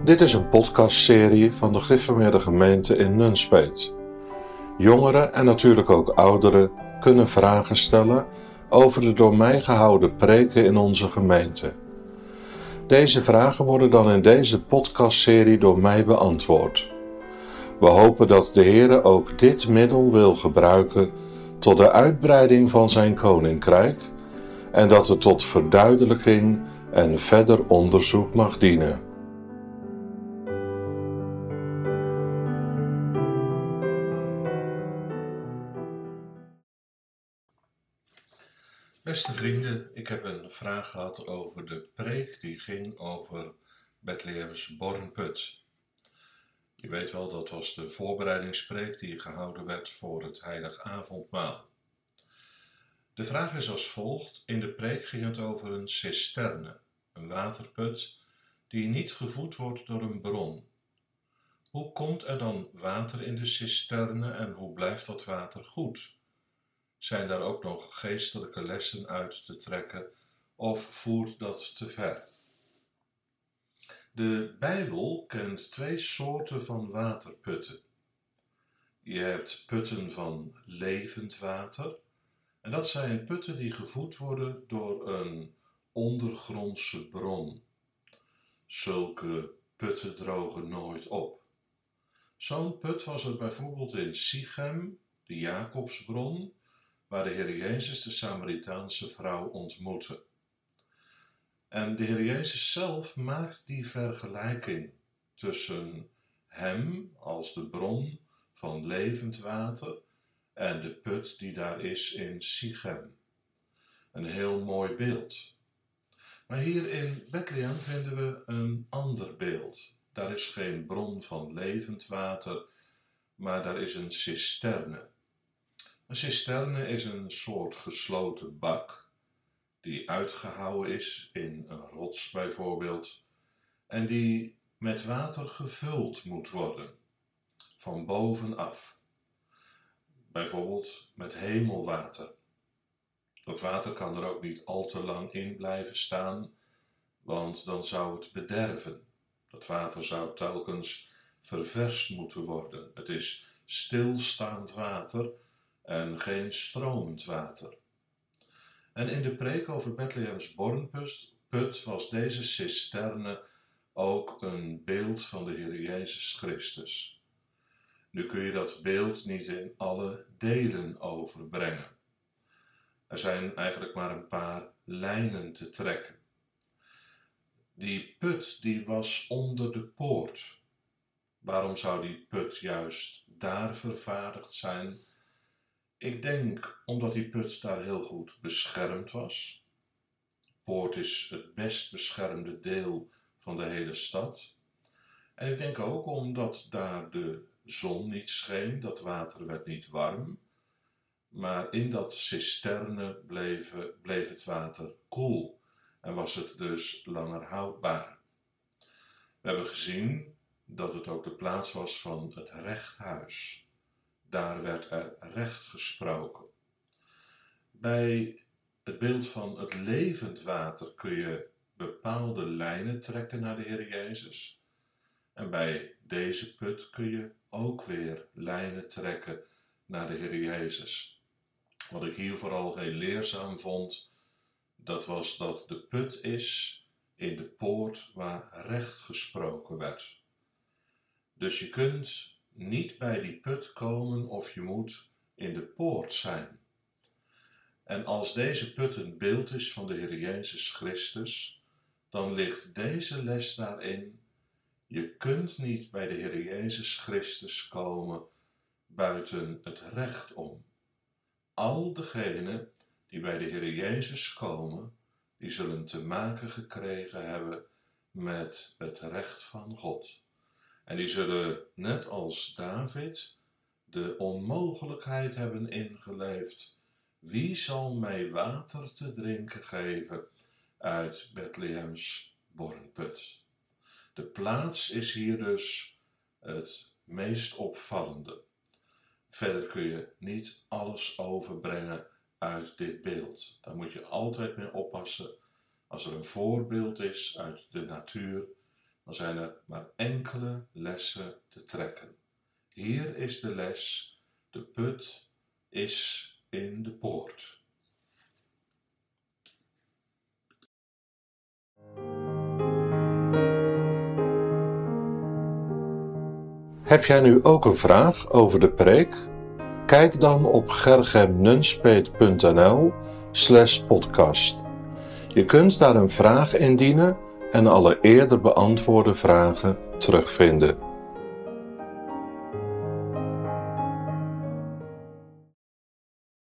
Dit is een podcastserie van de Gereformeerde Gemeente in Nunspeet. Jongeren en natuurlijk ook ouderen kunnen vragen stellen over de door mij gehouden preken in onze gemeente. Deze vragen worden dan in deze podcastserie door mij beantwoord. We hopen dat de Heer ook dit middel wil gebruiken tot de uitbreiding van zijn koninkrijk en dat het tot verduidelijking en verder onderzoek mag dienen. Beste vrienden, ik heb een vraag gehad over de preek die ging over Bethlehems Bornput. Je weet wel, dat was de voorbereidingspreek die gehouden werd voor het heilig avondmaal. De vraag is als volgt: in de preek ging het over een cisterne, een waterput die niet gevoed wordt door een bron. Hoe komt er dan water in de cisterne en hoe blijft dat water goed? Zijn daar ook nog geestelijke lessen uit te trekken of voert dat te ver? De Bijbel kent twee soorten van waterputten. Je hebt putten van levend water en dat zijn putten die gevoed worden door een ondergrondse bron. Zulke putten drogen nooit op. Zo'n put was er bijvoorbeeld in Sichem, de Jacobsbron, waar de Heer Jezus de Samaritaanse vrouw ontmoette. En de Heer Jezus zelf maakt die vergelijking tussen hem als de bron van levend water en de put die daar is in Sichem. Een heel mooi beeld. Maar hier in Bethlehem vinden we een ander beeld. Daar is geen bron van levend water, maar daar is een cisterne. Een cisterne is een soort gesloten bak die uitgehouwen is in een rots bijvoorbeeld en die met water gevuld moet worden, van bovenaf. Bijvoorbeeld met hemelwater. Dat water kan er ook niet al te lang in blijven staan, want dan zou het bederven. Dat water zou telkens ververst moeten worden. Het is stilstaand water en geen stromend water. En in de preek over Bethlehems Bornput was deze cisterne ook een beeld van de Heer Jezus Christus. Nu kun je dat beeld niet in alle delen overbrengen. Er zijn eigenlijk maar een paar lijnen te trekken. Die put die was onder de poort. Waarom zou die put juist daar vervaardigd zijn? Ik denk omdat die put daar heel goed beschermd was. De poort is het best beschermde deel van de hele stad. En ik denk ook omdat daar de zon niet scheen, dat water werd niet warm. Maar in dat cisterne bleef het water koel en was het dus langer houdbaar. We hebben gezien dat het ook de plaats was van het rechthuis. Daar werd er recht gesproken. Bij het beeld van het levend water kun je bepaalde lijnen trekken naar de Heer Jezus. En bij deze put kun je ook weer lijnen trekken naar de Heer Jezus. Wat ik hier vooral heel leerzaam vond, dat was dat de put is in de poort waar recht gesproken werd. Dus je kunt niet bij die put komen of je moet in de poort zijn. En als deze put een beeld is van de Heer Jezus Christus, dan ligt deze les daarin: je kunt niet bij de Heer Jezus Christus komen buiten het recht om. Al degenen die bij de Heer Jezus komen, die zullen te maken gekregen hebben met het recht van God. En die zullen, net als David, de onmogelijkheid hebben ingeleefd: wie zal mij water te drinken geven uit Bethlehems Bornput? De plaats is hier dus het meest opvallende. Verder kun je niet alles overbrengen uit dit beeld. Daar moet je altijd mee oppassen. Als er een voorbeeld is uit de natuur, dan zijn er maar enkele lessen te trekken. Hier is de les, de put is in de poort. Heb jij nu ook een vraag over de preek? Kijk dan op gergemnunspeet.nl/podcast. Je kunt daar een vraag indienen en alle eerder beantwoorde vragen terugvinden.